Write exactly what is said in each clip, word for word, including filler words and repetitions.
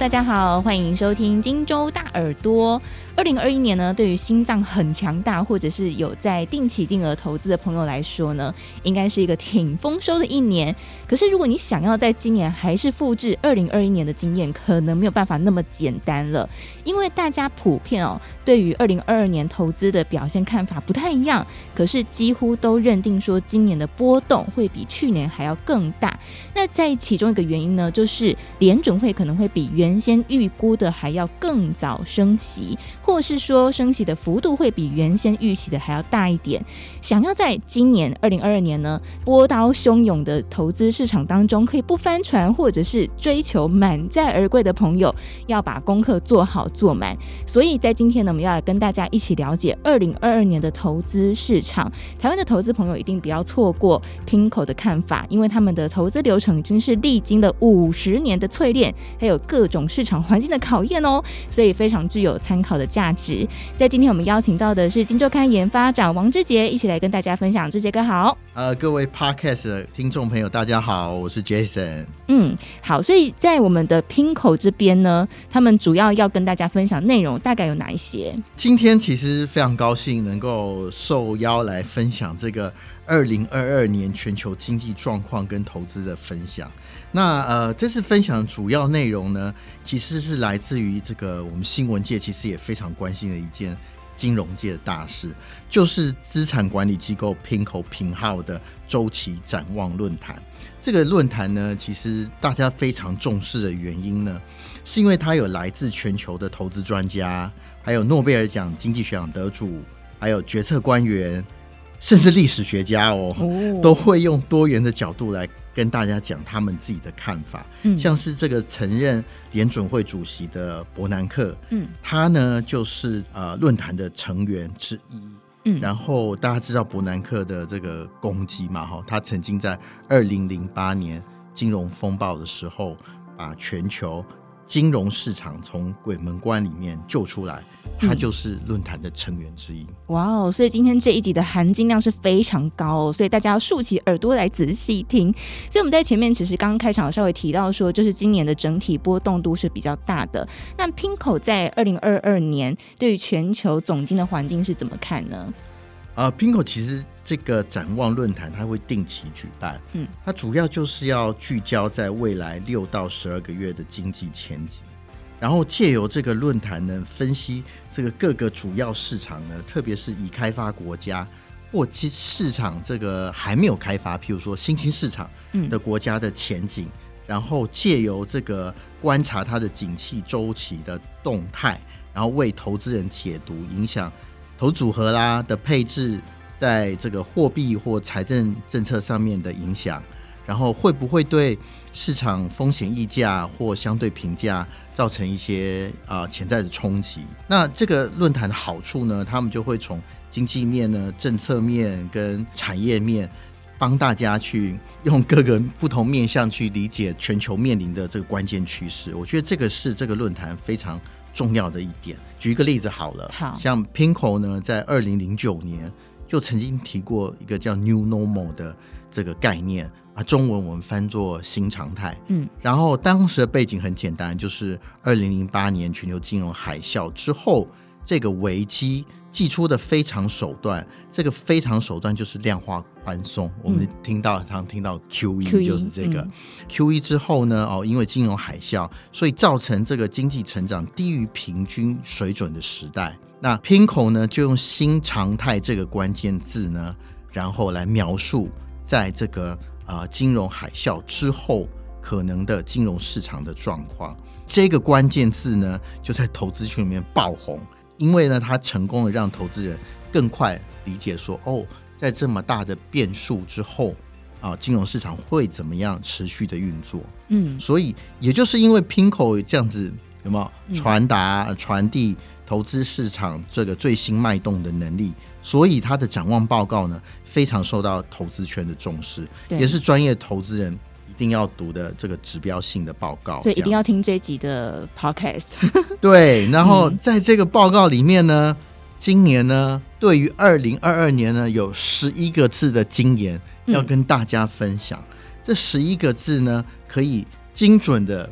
大家好，欢迎收听金州大耳朵。二零二一年呢，对于心脏很强大或者是有在定期定额投资的朋友来说呢，应该是一个挺丰收的一年。可是如果你想要在今年还是复制二零二一年的经验，可能没有办法那么简单了，因为大家普遍哦，对于二零二二年投资的表现看法不太一样，可是几乎都认定说今年的波动会比去年还要更大。那在其中一个原因呢，就是联准会可能会比原先预估的还要更早升息，或是说升息的幅度会比原先预期的还要大一点。想要在今年二零二二年呢，波涛汹涌的投资市场当中可以不翻船，或者是追求满载而归的朋友，要把功课做好做满。所以在今天呢，我们要来跟大家一起了解二零二二年的投资市场。台湾的投资朋友一定不要错过 Pinko 的看法，因为他们的投资流程已经是历经了五十年的淬炼，还有各种市场环境的考验哦，所以非常具有参考的价值。在今天我们邀请到的是金周刊研发长王之杰，一起来跟大家分享。之杰哥好。 呃，各位 Podcast 的听众朋友大家好，我是 Jason。 嗯，好，所以在我们的 Pinko 这边呢，他们主要要跟大家分享内容大概有哪一些？ 今天其实非常高兴能够受邀来分享这个二零二二年全球经济状况跟投资的分享。那呃，这次分享的主要内容呢，其实是来自于这个我们新闻界其实也非常关心的一件金融界的大事，就是资产管理机构 Pinko 评号的周期展望论坛。这个论坛呢，其实大家非常重视的原因呢，是因为它有来自全球的投资专家，还有诺贝尔奖经济学奖得主，还有决策官员，甚至历史学家哦，哦都会用多元的角度来跟大家讲他们自己的看法。嗯、像是这个曾任联准会主席的伯南克，嗯，他呢就是呃论坛的成员之一。嗯、然后大家知道伯南克的这个功绩嘛，他曾经在二零零八年金融风暴的时候，把全球金融市场从鬼门关里面救出来，他就是论坛的成员之一。 哇哦！所以今天这一集的含金量是非常高哦，所以大家要竖起耳朵来仔细听。所以我们在前面其实刚刚开场稍微提到说，就是今年的整体波动度是比较大的。那 Pinko 在二零二二年对于全球总经的环境是怎么看呢？ 呃 Pinko 其实这个展望论坛它会定期举办，嗯，它主要就是要聚焦在未来六到十二个月的经济前景，然后借由这个论坛呢，分析这个各个主要市场呢，特别是已开发国家或市场这个还没有开发，譬如说新兴市场的国家的前景，嗯、然后借由这个观察它的景气周期的动态，然后为投资人解读影响投组合啦的配置在这个货币或财政政策上面的影响，然后会不会对市场风险溢价或相对评价造成一些呃潜在的冲击。那这个论坛的好处呢，他们就会从经济面呢、政策面跟产业面，帮大家去用各个不同面向去理解全球面临的这个关键趋势。我觉得这个是这个论坛非常重要的一点。举一个例子好了，好，像 Pinko 呢，在二零零九年就曾经提过一个叫 New Normal 的这个概念啊，中文我们翻作新常态。嗯，然后当时的背景很简单，就是二零零八年全球金融海啸之后，这个危机祭出的非常手段，这个非常手段就是量化宽松。我们听到常听到 Q E 就是这个 Q E 之后呢，哦，因为金融海啸，所以造成这个经济成长低于平均水准的时代。那 Pinko 呢，就用新常态这个关键字呢，然后来描述在这个、呃、金融海啸之后可能的金融市场的状况。这个关键字呢，就在投资圈里面爆红，因为呢，它成功的让投资人更快理解说，哦，在这么大的变数之后啊，金融市场会怎么样持续的运作。嗯，所以也就是因为 Pinko 这样子有没有传达传递投资市场这个最新脉动的能力，所以它的展望报告呢，非常受到投资圈的重视，也是专业投资人一定要读的这个指标性的报告， 所以一定要听这一集的 podcast 对，然后在这个报告里面呢，今年呢对于二零二二年呢有十一个字的金言要跟大家分享、嗯、这十一个字呢可以精准的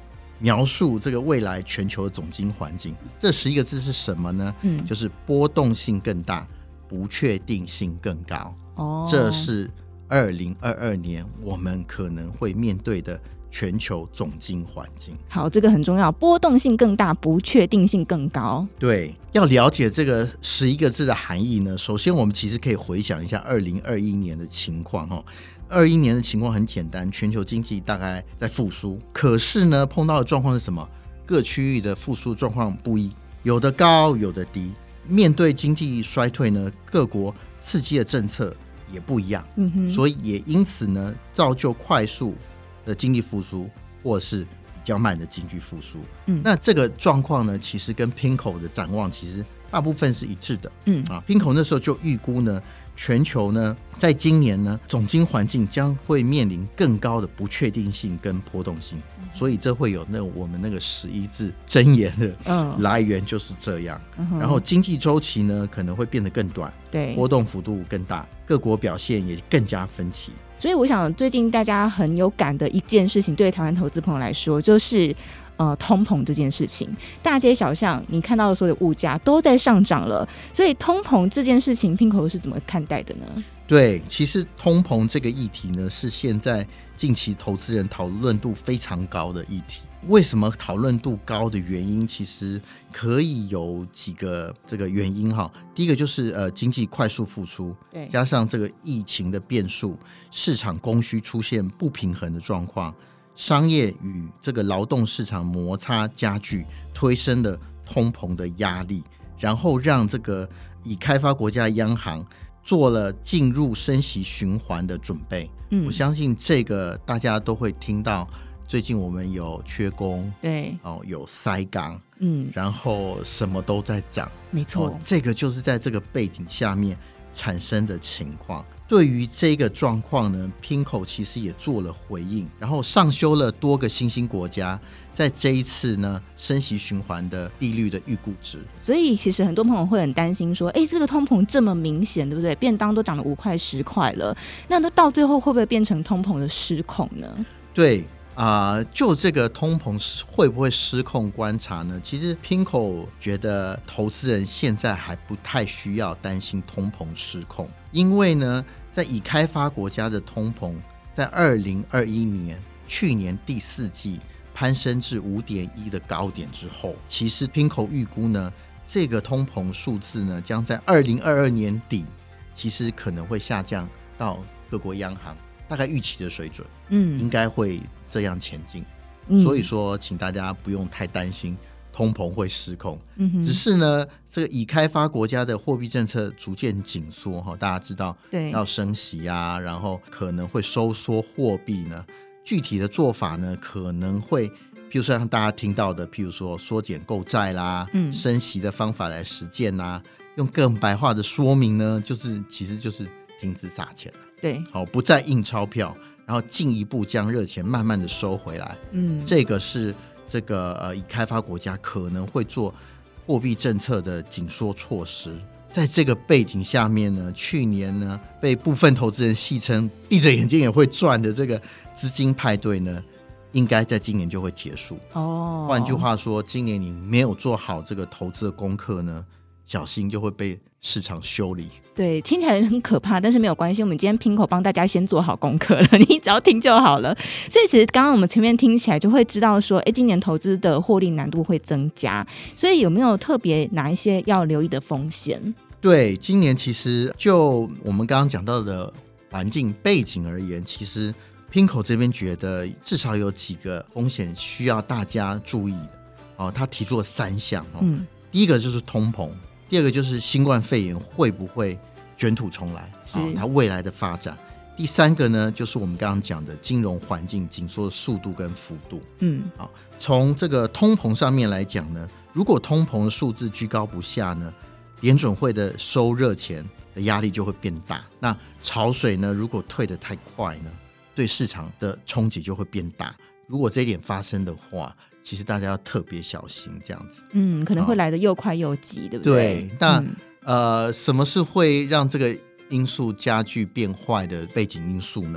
描述这个未来全球的总经环境。这十一个字是什么呢？ 嗯， 就是波动性更大，不确定性更高。 哦， 这是二零二二年我们可能会面对的全球总经环境。 好，这个很重要，波动性更大，不确定性更高。 对，要了解这个十一个字的含义呢，首先我们其实可以回想一下二零二一年的情况。二一年的情况很简单，全球经济大概在复苏，可是呢碰到的状况是什么？各区域的复苏状况不一，有的高有的低。面对经济衰退呢，各国刺激的政策也不一样，嗯哼，所以也因此呢造就快速的经济复苏或是比较慢的经济复苏。嗯，那这个状况呢其实跟 Pinko 的展望其实大部分是一致的。嗯啊 Pinko 那时候就预估呢全球呢在今年呢总经环境将会面临更高的不确定性跟波动性，嗯，所以这会有那我们那个十一字箴言的来源就是这样。嗯，然后经济周期呢可能会变得更短，对，波动幅度更大，各国表现也更加分歧。 所以我想最近大家很有感的一件事情，对台湾投资朋友来说就是呃，通膨这件事情，大街小巷你看到的所有的物价都在上涨了，所以通膨这件事情 Pinko 是怎么看待的呢？ 对，其实通膨这个议题呢是现在近期投资人讨论度非常高的议题。为什么讨论度高的原因其实可以有几个这个原因哈。第一个就是呃经济快速复苏，对，加上这个疫情的变数，市场供需出现不平衡的状况，商业与这个劳动市场摩擦加剧，推升了通膨的压力，然后让这个已开发国家央行做了进入升息循环的准备。嗯，我相信这个大家都会听到，最近我们有缺工，对，哦，有塞港，嗯，然后什么都在涨，没错，哦，这个就是在这个背景下面产生的情况。对于这个状况呢 Pinko 其实也做了回应，然后上修了多个新兴国家在这一次呢升息循环的利率的预估值。 所以其实很多朋友会很担心说，哎，这个通膨这么明显，对不对？便当都涨了五块十块了，那到最后会不会变成通膨的失控呢？ 对啊，呃，就这个通膨会不会失控观察呢？其实 Pinko 觉得投资人现在还不太需要担心通膨失控，因为呢在已开发国家的通膨在二零二一年去年第四季攀升至 五点一 的高点之后，其实 Pinko 预估呢这个通膨数字呢将在二零二二年底其实可能会下降到各国央行大概预期的水准，嗯，应该会这样前进。嗯，所以说请大家不用太担心通膨会失控。嗯，只是呢这个已开发国家的货币政策逐渐紧缩，大家知道要升息啊，然后可能会收缩货币呢，具体的做法呢可能会譬如说像大家听到的譬如说缩减购债啦，嗯，升息的方法来实践啦，用更白话的说明呢就是其实就是停止撒钱了，对，好，不再印钞票，然后进一步将热钱慢慢的收回来。嗯，这个是这个呃已开发国家可能会做货币政策的紧缩措施。在这个背景下面呢，去年呢被部分投资人戏称闭着眼睛也会赚的这个资金派对呢，应该在今年就会结束。哦，换句话说，今年你没有做好这个投资的功课呢，小心就会被市场修理。 对，听起来很可怕，但是没有关系，我们今天Pinko帮大家先做好功课了，你只要听就好了。所以其实刚刚我们前面听起来就会知道说，哎，今年投资的获利难度会增加，所以有没有特别哪一些要留意的风险？ 对，今年其实就我们刚刚讲到的环境背景而言，其实Pinko这边觉得至少有几个风险需要大家注意的。哦，他提出了三项。哦，嗯，第一个就是通膨，第二个就是新冠肺炎会不会卷土重来，哦，它未来的发展，第三个呢就是我们刚刚讲的金融环境紧缩的速度跟幅度。嗯，好，从这个通膨上面来讲呢，如果通膨的数字居高不下呢，联准会的收热钱的压力就会变大，那潮水呢如果退得太快呢，对市场的冲击就会变大。如果这一点发生的话，其实大家要特别小心这样子。 嗯，可能会来得又快又急，对不对？ 对，那、嗯、呃，什么是会让这个因素加剧变坏的背景因素呢？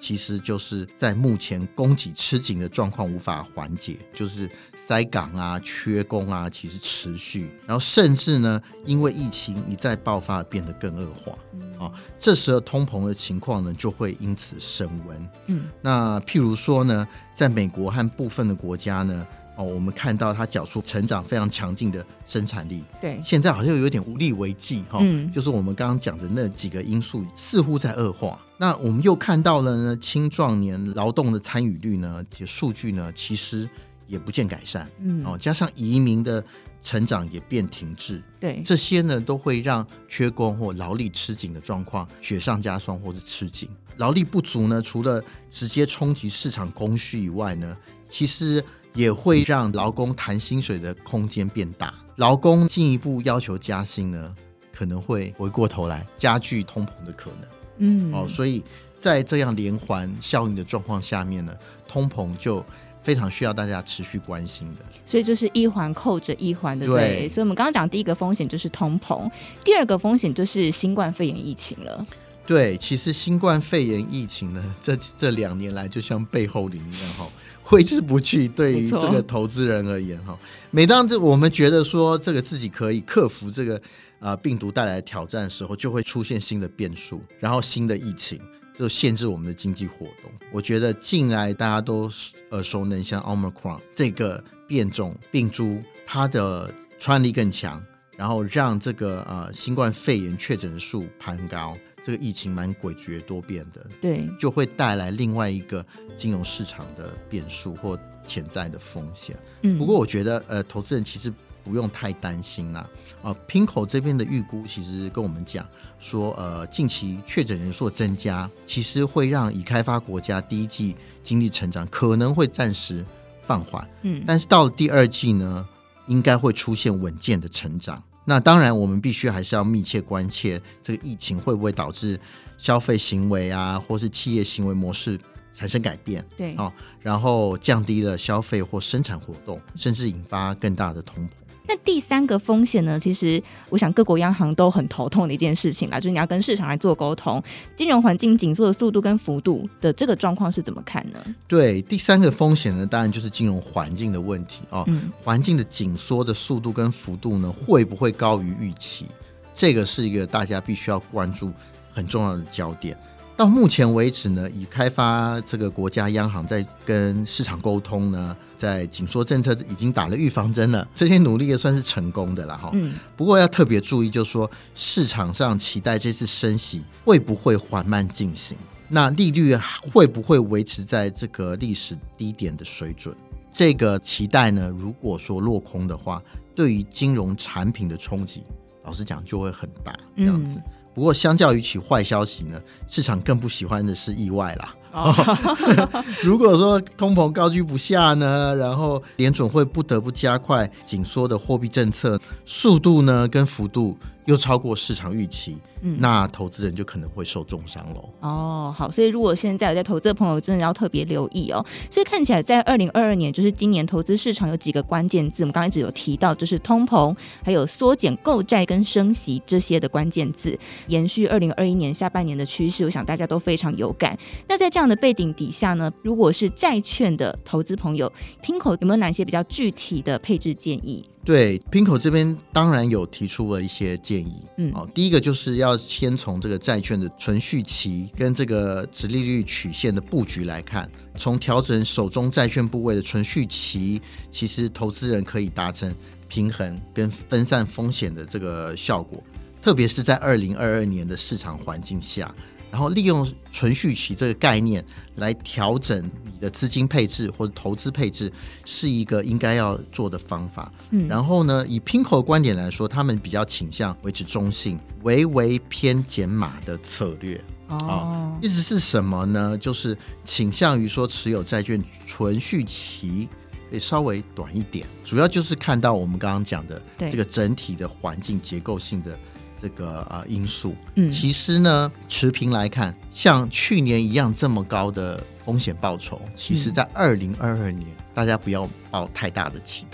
其实就是在目前供给吃紧的状况无法缓解，就是塞港啊、缺工啊，其实持续，然后甚至呢，因为疫情一再爆发，变得更恶化。嗯哦、这时候通膨的情况呢，就会因此升温。嗯，那譬如说呢，在美国和部分的国家呢，哦，我们看到它缴出成长非常强劲的生产力， 对， 现在好像有点无力为继、哦嗯、就是我们刚刚讲的那几个因素似乎在恶化。那我们又看到了呢，青壮年劳动的参与率呢，数据呢，其实也不见改善，嗯哦、加上移民的成长也变停滞， 对， 这些呢都会让缺工或劳力吃紧的状况雪上加霜，或是吃紧。劳力不足呢，除了直接冲击市场供需以外呢，其实也会让劳工谈薪水的空间变大。劳工进一步要求加薪呢，可能会回过头来加剧通膨的可能。嗯，哦，所以在这样连环效应的状况下面呢，通膨就非常需要大家持续关心的。 所以就是一环扣着一环，对不对？对，所以我们刚刚讲第一个风险就是通膨，第二个风险就是新冠肺炎疫情了。 对，其实新冠肺炎疫情呢，这这两年来就像背后灵一样，挥之不去。对于这个投资人而言，每当这我们觉得说这个自己可以克服这个、呃、病毒带来的挑战的时候，就会出现新的变数，然后新的疫情就限制我们的经济活动。我觉得近来大家都耳熟能详 Omicron 这个变种病株，它的传染力更强，然后让这个、呃、新冠肺炎确诊数攀高，这个疫情蛮诡谲多变的，对，就会带来另外一个金融市场的变数或潜在的风险。嗯、不过我觉得呃，投资人其实不用太担心啦。啊 ，Pinko 这边的预估其实跟我们讲说，呃，近期确诊人数增加，其实会让已开发国家第一季经济成长可能会暂时放缓，嗯，但是到了第二季呢，应该会出现稳健的成长。那当然我们必须还是要密切关切这个疫情会不会导致消费行为啊，或是企业行为模式产生改变，对、哦、然后降低了消费或生产活动，甚至引发更大的通膨。 那第三个风险呢，其实我想各国央行都很头痛的一件事情啦，就是你要跟市场来做沟通，金融环境紧缩的速度跟幅度的这个状况是怎么看呢？ 对，第三个风险呢，当然就是金融环境的问题哦。嗯、环境的紧缩的速度跟幅度呢，会不会高于预期？这个是一个大家必须要关注很重要的焦点。到目前为止呢，已开发这个国家央行在跟市场沟通呢，在紧缩政策已经打了预防针了，这些努力也算是成功的啦、嗯、不过要特别注意，就是说市场上期待这次升息会不会缓慢进行，那利率会不会维持在这个历史低点的水准，这个期待呢，如果说落空的话，对于金融产品的冲击老实讲就会很大这样子、嗯不过相较于起坏消息呢，市场更不喜欢的是意外啦。哦、如果说通膨高居不下呢，然后联准会不得不加快紧缩的货币政策，速度呢跟幅度又超过市场预期、嗯、那投资人就可能会受重伤咯。 哦，好，所以如果现在有在投资的朋友真的要特别留意哦。所以看起来在二零二二年，就是今年投资市场有几个关键字，我们刚才一直有提到，就是通膨，还有缩减购债跟升息这些的关键字，延续二零二一年下半年的趋势，我想大家都非常有感。那在这样的背景底下呢，如果是债券的投资朋友 Pinko 有没有哪些比较具体的配置建议？ 对 Pinko 这边当然有提出了一些建议、嗯哦、第一个就是要先从这个债券的存续期跟这个殖利率曲线的布局来看，从调整手中债券部位的存续期，其实投资人可以达成平衡跟分散风险的这个效果，特别是在二零二二年的市场环境下，然后利用存续期这个概念来调整你的资金配置或者投资配置，是一个应该要做的方法、嗯、然后呢，以 Pinko 的观点来说，他们比较倾向维持中性微微偏减码的策略。哦哦、意思是什么呢？就是倾向于说持有债券存续期可以稍微短一点，主要就是看到我们刚刚讲的这个整体的环境结构性的这个、呃、因素、嗯、其实呢持平来看，像去年一样这么高的风险报酬，其实在二零二二年、嗯、大家不要抱太大的期待了。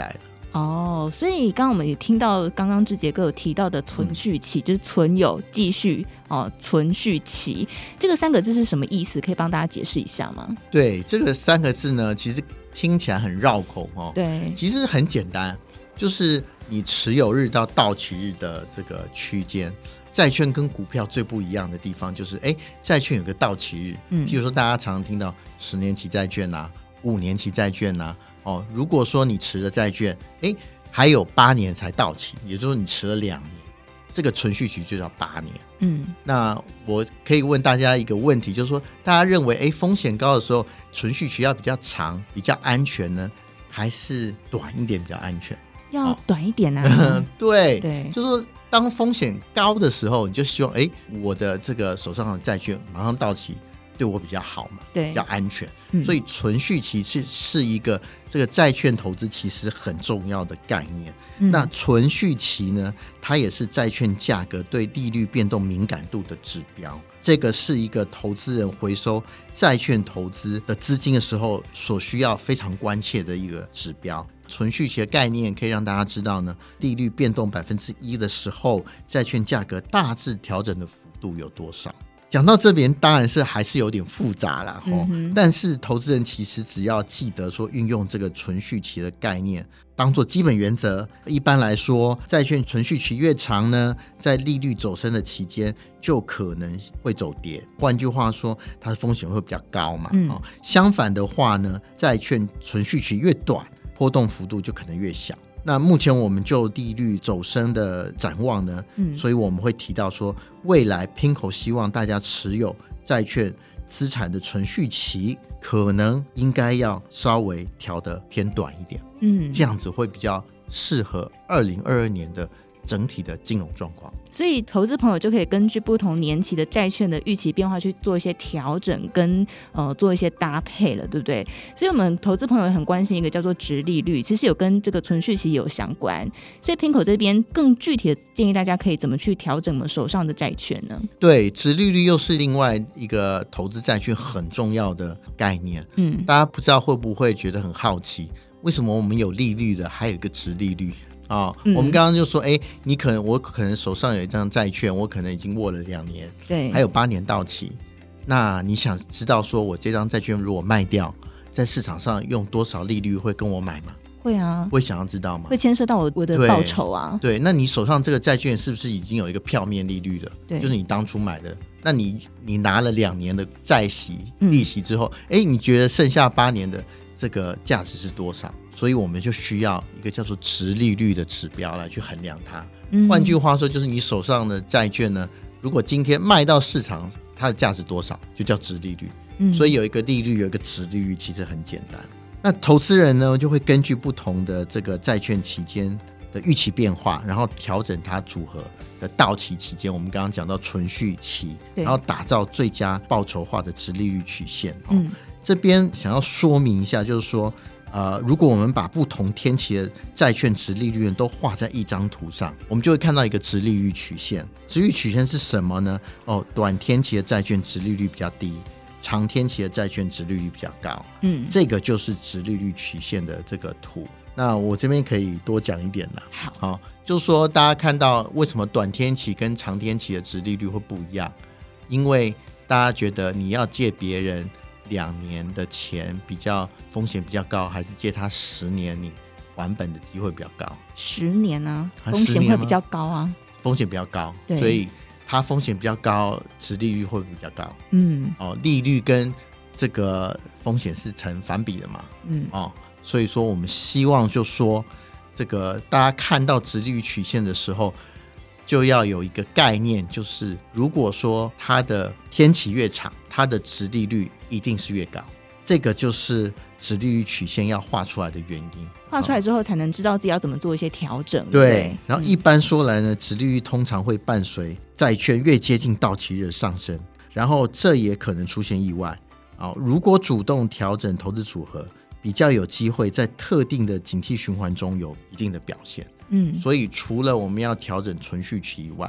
哦，所以刚刚我们也听到刚刚志杰哥有提到的存续期、嗯、就是存有继续哦，存续期这个三个字是什么意思？可以帮大家解释一下吗？ 对，这个三个字呢其实听起来很绕口哦。 对， 其实很简单，就是你持有日到到期日的这个区间。债券跟股票最不一样的地方就是，哎，债券有个到期日，嗯，譬如说大家常常听到十年期债券啊，五年期债券啊，哦，如果说你持的债券，哎，还有八年才到期，也就是说你持了两年，这个存续期就叫八年。嗯，那我可以问大家一个问题，就是说，大家认为，哎，风险高的时候，存续期要比较长，比较安全呢，还是短一点比较安全？ 要短一点啊。 对对，就是说。当风险高的时候，你就希望哎，我的这个手上的债券马上到期，对我比较好嘛，对，比较安全。嗯、所以存续期是是一个这个债券投资其实很重要的概念。嗯、那存续期呢，它也是债券价格对利率变动敏感度的指标。这个是一个投资人回收债券投资的资金的时候所需要非常关切的一个指标。存续期的概念可以让大家知道呢，利率变动百分之一的时候，债券价格大致调整的幅度有多少？讲到这边，当然是还是有点复杂啦、嗯、但是投资人其实只要记得说，运用这个存续期的概念当做基本原则。一般来说，债券存续期越长呢，在利率走升的期间就可能会走跌。换句话说，它的风险会比较高嘛。嗯、相反的话呢，债券存续期越短，波动幅度就可能越小。那目前我们就利率走升的展望呢、嗯、所以我们会提到说，未来 PINKO 希望大家持有债券资产的存续期可能应该要稍微调得偏短一点，嗯，这样子会比较适合二零二二年的整体的金融状况。 所以投资朋友就可以根据不同年期的债券的预期变化去做一些调整跟、呃、做一些搭配了，对不对？所以我们投资朋友也很关心一个叫做殖利率，其实有跟这个存续期有相关，所以 PINKO 这边更具体的建议大家可以怎么去调整我们手上的债券呢？ 对，殖利率又是另外一个投资债券很重要的概念。嗯，大家不知道会不会觉得很好奇，为什么我们有利率的还有一个殖利率？哦嗯、我们刚刚就说，哎，你可能我可能手上有一张债券，我可能已经握了两年，对，还有八年到期。那你想知道说我这张债券如果卖掉，在市场上用多少利率会跟我买吗？ 会啊， 会想要知道吗？ 会牵涉到我我的报酬啊。 对，对，那你手上这个债券是不是已经有一个票面利率了？对，就是你当初买的。那你你拿了两年的债息利息之后，哎、嗯，你觉得剩下八年的这个价值是多少？所以我们就需要一个叫做殖利率的指标来去衡量它。嗯、换句话说，就是你手上的债券呢，如果今天卖到市场，它的价值多少，就叫殖利率。嗯、所以有一个利率，有一个殖利率，其实很简单。那投资人呢，就会根据不同的这个债券期间的预期变化，然后调整它组合的到期期间，我们刚刚讲到存续期，然后打造最佳报酬化的殖利率曲线。哦嗯、这边想要说明一下，就是说呃，如果我们把不同天期的债券殖利率都画在一张图上，我们就会看到一个殖利率曲线。殖利率曲线是什么呢？哦，短天期的债券殖利率比较低，长天期的债券殖利率比较高。嗯，这个就是殖利率曲线的这个图。那我这边可以多讲一点啦。好，好，就是说大家看到为什么短天期跟长天期的殖利率会不一样？因为大家觉得你要借别人两年的钱比较风险比较高，还是借他十年你还本的机会比较高？ 十年啊，风险会比较高啊， 风险比较高，所以它风险比较高，殖利率会比较高。嗯，哦，利率跟这个风险是成反比的嘛。嗯，哦，所以说我们希望就说这个大家看到殖利率曲线的时候，就要有一个概念，就是如果说它的天期越长，它的殖利率一定是越高。这个就是殖利率曲线要画出来的原因。 画出来之后才能知道自己要怎么做一些调整。 对，对，然后一般说来呢，殖利率通常会伴随债券越接近到期日上升，然后这也可能出现意外。哦，如果主动调整投资组合，比较有机会在特定的景气循环中有一定的表现。嗯，所以除了我们要调整存续期以外，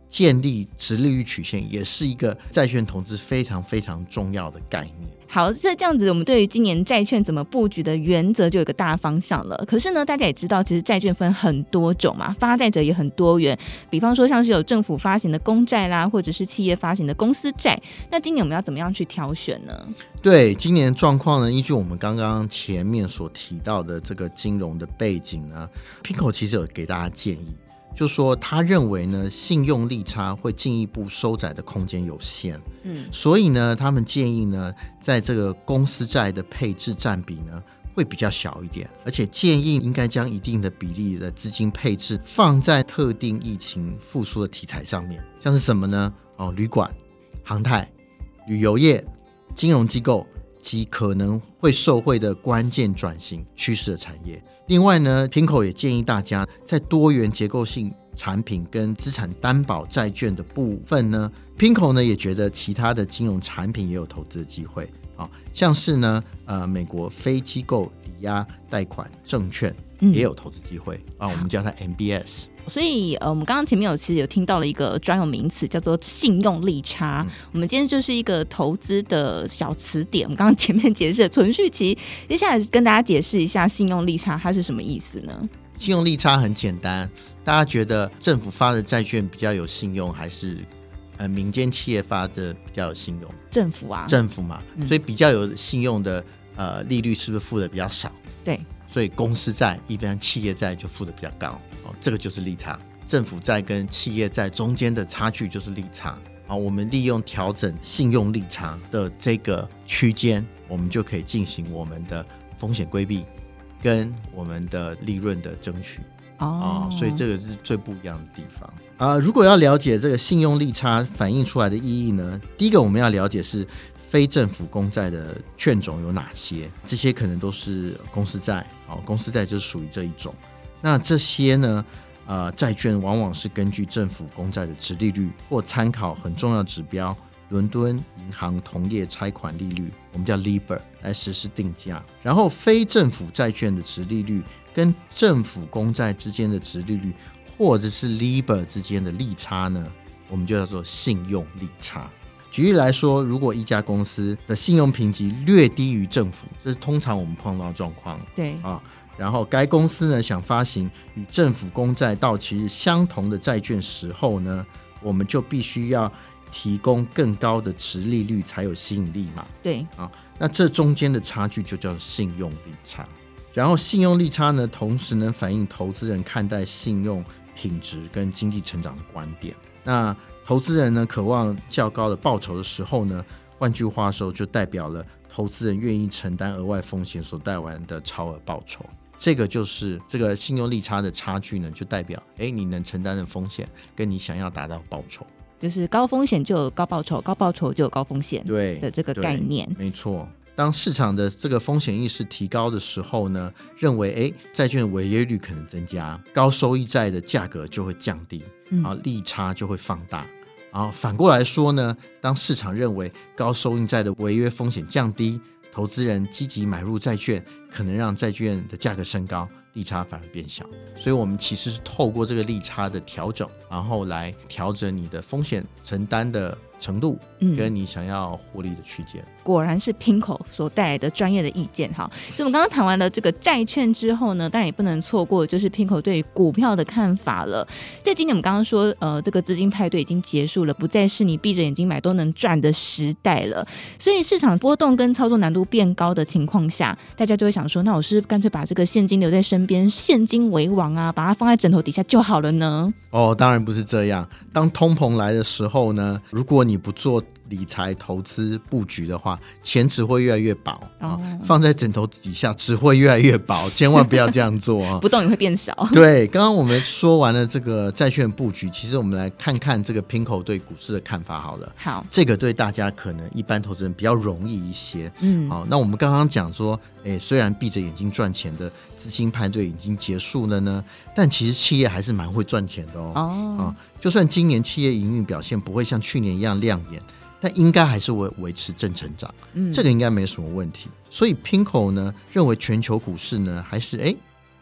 建立殖利率曲线也是一个债券投资非常非常重要的概念。 好，这这样子我们对于今年债券怎么布局的原则就有一个大方向了。可是呢，大家也知道其实债券分很多种嘛，发债者也很多元，比方说像是有政府发行的公债啦，或者是企业发行的公司债，那今年我们要怎么样去挑选呢？ 对，今年状况呢，依据我们刚刚前面所提到的这个金融的背景呢， Pinko 其实有给大家建议，就说他认为呢，信用利差会进一步收窄的空间有限，嗯，所以呢，他们建议呢，在这个公司债的配置占比呢，会比较小一点，而且建议应该将一定的比例的资金配置放在特定疫情复苏的题材上面，像是什么呢？哦，旅馆、航太、旅游业、金融机构及可能会受惠的关键转型趋势的产业。另外呢 Pinko 也建议大家在多元结构性产品跟资产担保债券的部分呢 Pinko 呢也觉得其他的金融产品也有投资的机会、哦、像是呢、呃、美国非机构抵押贷款证券也有投资机会、嗯啊、我们叫它 M B S。 所以呃，我们刚刚前面有其实有听到了一个专有名词叫做信用利差、嗯、我们今天就是一个投资的小词典，我们刚刚前面解释的存续期，接下来跟大家解释一下信用利差它是什么意思呢？ 信用利差很简单，大家觉得政府发的债券比较有信用，还是、呃、民间企业发的比较有信用？ 政府啊， 政府嘛、嗯、所以比较有信用的、呃、利率是不是付的比较少？ 对， 所以公司债一般企业债就付的比较高、哦、这个就是利差。政府债跟企业债中间的差距就是利差、哦、我们利用调整信用利差的这个区间，我们就可以进行我们的风险规避跟我们的利润的争取、哦哦、所以这个是最不一样的地方、呃、如果要了解这个信用利差反映出来的意义呢，第一个我们要了解是非政府公债的券种有哪些，这些可能都是公司债、哦、公司债就是属于这一种。那这些呢、呃、债券往往是根据政府公债的殖利率或参考很重要指标伦敦银行同业拆款利率，我们叫 LIBOR 来实施定价。然后非政府债券的殖利率跟政府公债之间的殖利率或者是 LIBOR 之间的利差呢，我们就叫做信用利差。举例来说，如果一家公司的信用评级略低于政府，这是通常我们碰到的状况， 对啊，然后该公司呢想发行与政府公债到期日相同的债券时候呢，我们就必须要提供更高的殖利率才有吸引力嘛， 对啊，那这中间的差距就叫信用利差。然后信用利差呢，同时能反映投资人看待信用品质跟经济成长的观点。那投资人呢渴望较高的报酬的时候呢，换句话说就代表了投资人愿意承担额外风险所带来的超额报酬。这个就是这个信用利差的差距呢，就代表哎，你能承担的风险跟你想要达到报酬， 就是高风险就有高报酬，高报酬就有高风险的这个概念。 没错，当市场的这个风险意识提高的时候呢，认为哎，债券的违约率可能增加，高收益债的价格就会降低，然后利差就会放大。然后反过来说呢，当市场认为高收益债的违约风险降低，投资人积极买入债券，可能让债券的价格升高，利差反而变小。所以我们其实是透过这个利差的调整，然后来调整你的风险承担的程度跟你想要获利的区间、嗯、 果然是 Pinko 所带来的专业的意见。好，所以我们刚刚谈完了这个债券之后呢，当然也不能错过就是 Pinko 对于股票的看法了。在今年我们刚刚说呃，这个资金派对已经结束了，不再是你闭着眼睛买都能赚的时代了，所以市场波动跟操作难度变高的情况下，大家就会想说，那我是不是干脆把这个现金留在身边，现金为王啊，把它放在枕头底下就好了呢？ 哦，当然不是这样。当通膨来的时候呢，如果你不做理财投资布局的话，钱只会越来越薄、哦、放在枕头底下只会越来越薄，千万不要这样做、哦、 不动也会变少。 对，刚刚我们说完了这个债券布局，其实我们来看看这个 Pinko 对股市的看法好了。 好， 这个对大家可能一般投资人比较容易一些。嗯，好，那我们刚刚讲说，哎，虽然闭着眼睛赚钱的资金派对已经结束了呢，但其实企业还是蛮会赚钱的哦。哦、啊，就算今年企业营运表现不会像去年一样亮眼，但应该还是会维持正成长、嗯、这个应该没什么问题。所以 Pinko 呢认为全球股市呢还是哎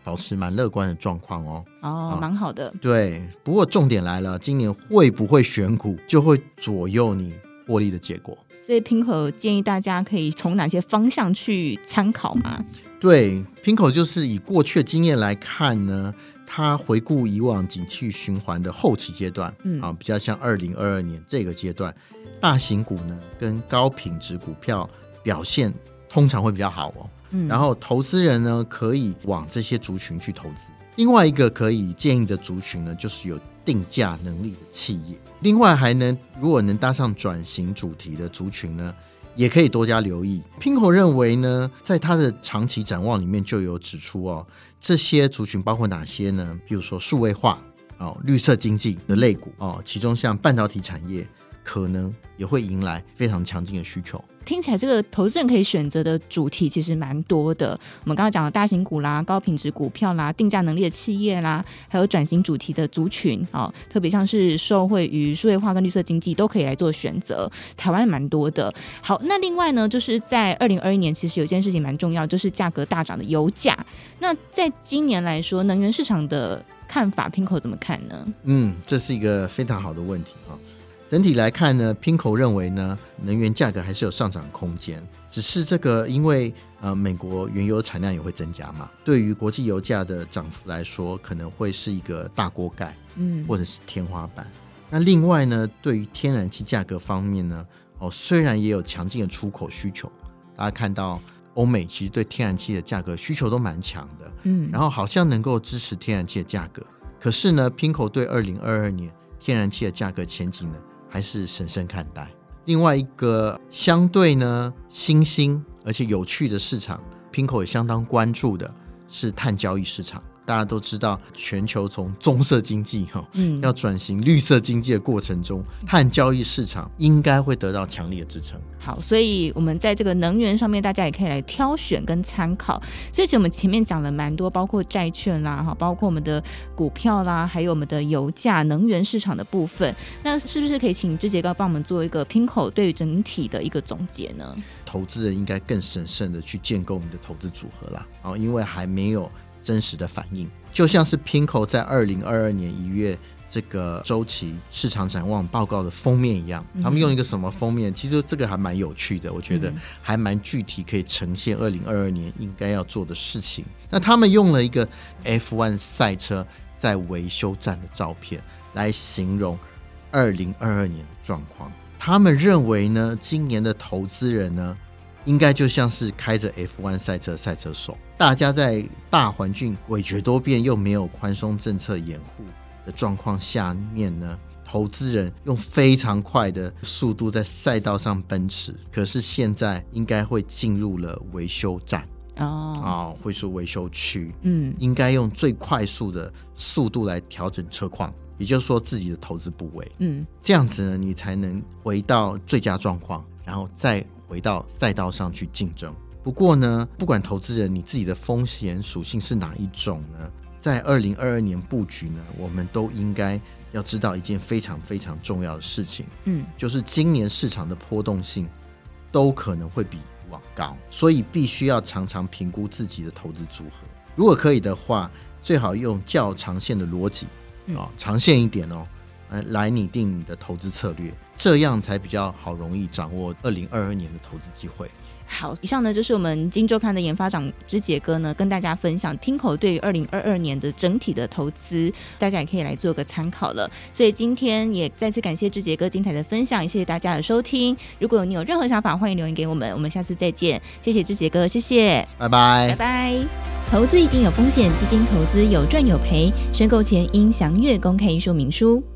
保持蛮乐观的状况哦。 哦，蛮好的。 对，不过重点来了，今年会不会选股，就会左右你获利的结果。 所以 Pinko 建议大家可以从哪些方向去参考吗？ 对， Pinko 就是以过去的经验来看呢，它回顾以往景气循环的后期阶段、嗯啊、比较像二零二二年这个阶段，大型股呢跟高品质股票表现通常会比较好哦。嗯、然后投资人呢可以往这些族群去投资。另外一个可以建议的族群呢，就是有定价能力的企业。另外还能如果能搭上转型主题的族群呢，也可以多加留意。 Pinko 认为呢，在他的长期展望里面就有指出哦，这些族群包括哪些呢？比如说数位化、哦、绿色经济的类股、哦、其中像半导体产业可能也会迎来非常强劲的需求。 听起来这个投资人可以选择的主题其实蛮多的，我们刚刚讲的大型股啦、高品质股票啦、定价能力的企业啦，还有转型主题的族群、哦、特别像是受惠于数位化跟绿色经济都可以来做选择，台湾蛮多的。好，那另外呢，就是在二零二一年其实有一件事情蛮重要，就是价格大涨的油价。那在今年来说，能源市场的看法 Pinko 怎么看呢？ 嗯，这是一个非常好的问题、哦整体来看呢 Pinko 认为呢，能源价格还是有上涨空间，只是这个因为、呃、美国原油产量也会增加嘛，对于国际油价的涨幅来说可能会是一个大锅盖、嗯、或者是天花板。那另外呢，对于天然气价格方面呢、哦、虽然也有强劲的出口需求，大家看到欧美其实对天然气的价格需求都蛮强的、嗯、然后好像能够支持天然气的价格，可是呢 Pinko 对二零二二年天然气的价格前景呢还是审慎看待。另外一个相对呢新兴而且有趣的市场 Pinko 也相当关注的是碳交易市场。大家都知道全球从棕色经济、哦嗯、要转型绿色经济的过程中，碳交易市场应该会得到强力的支撑。 好，所以我们在这个能源上面大家也可以来挑选跟参考。所以其实我们前面讲了蛮多，包括债券啦，包括我们的股票啦，还有我们的油价能源市场的部分。那是不是可以请之杰哥帮我们做一个 Pinko 对于整体的一个总结呢？ 投资人应该更审慎的去建构你的投资组合啦、哦、因为还没有真实的反应。就像是 Pinko 在二零二二年一月这个周期市场展望报告的封面一样，他们用一个什么封面、嗯、其实这个还蛮有趣的，我觉得还蛮具体，可以呈现二零二二年应该要做的事情。那他们用了一个 F 一 赛车在维修站的照片来形容二零二二年的状况。他们认为呢，今年的投资人呢应该就像是开着 F 一 赛车的赛车手，大家在大环境诡谲多变又没有宽松政策掩护的状况下面呢，投资人用非常快的速度在赛道上奔驰，可是现在应该会进入了维修站哦，哦会是维修区，嗯，应该用最快速的速度来调整车况，也就是说自己的投资部位，嗯，这样子呢，你才能回到最佳状况，然后再回到赛道上去竞争。不过呢，不管投资人你自己的风险属性是哪一种呢，在二零二二年布局呢，我们都应该要知道一件非常非常重要的事情，嗯，就是今年市场的波动性都可能会比以往高，所以必须要常常评估自己的投资组合。如果可以的话，最好用较长线的逻辑、嗯哦、长线一点哦来拟定你的投资策略，这样才比较好容易掌握二零二二年的投资机会。 好，以上呢就是我们今周刊的研发长之杰哥呢跟大家分享 Pinko 对于二零二二年的整体的投资，大家也可以来做个参考了。所以今天也再次感谢之杰哥精彩的分享，也谢谢大家的收听。如果你有任何想法，欢迎留言给我们，我们下次再见。谢谢之杰哥，谢谢， 拜拜， 拜拜。投资一定有风险，基金投资有赚有赔，申购前应详阅公开说明书。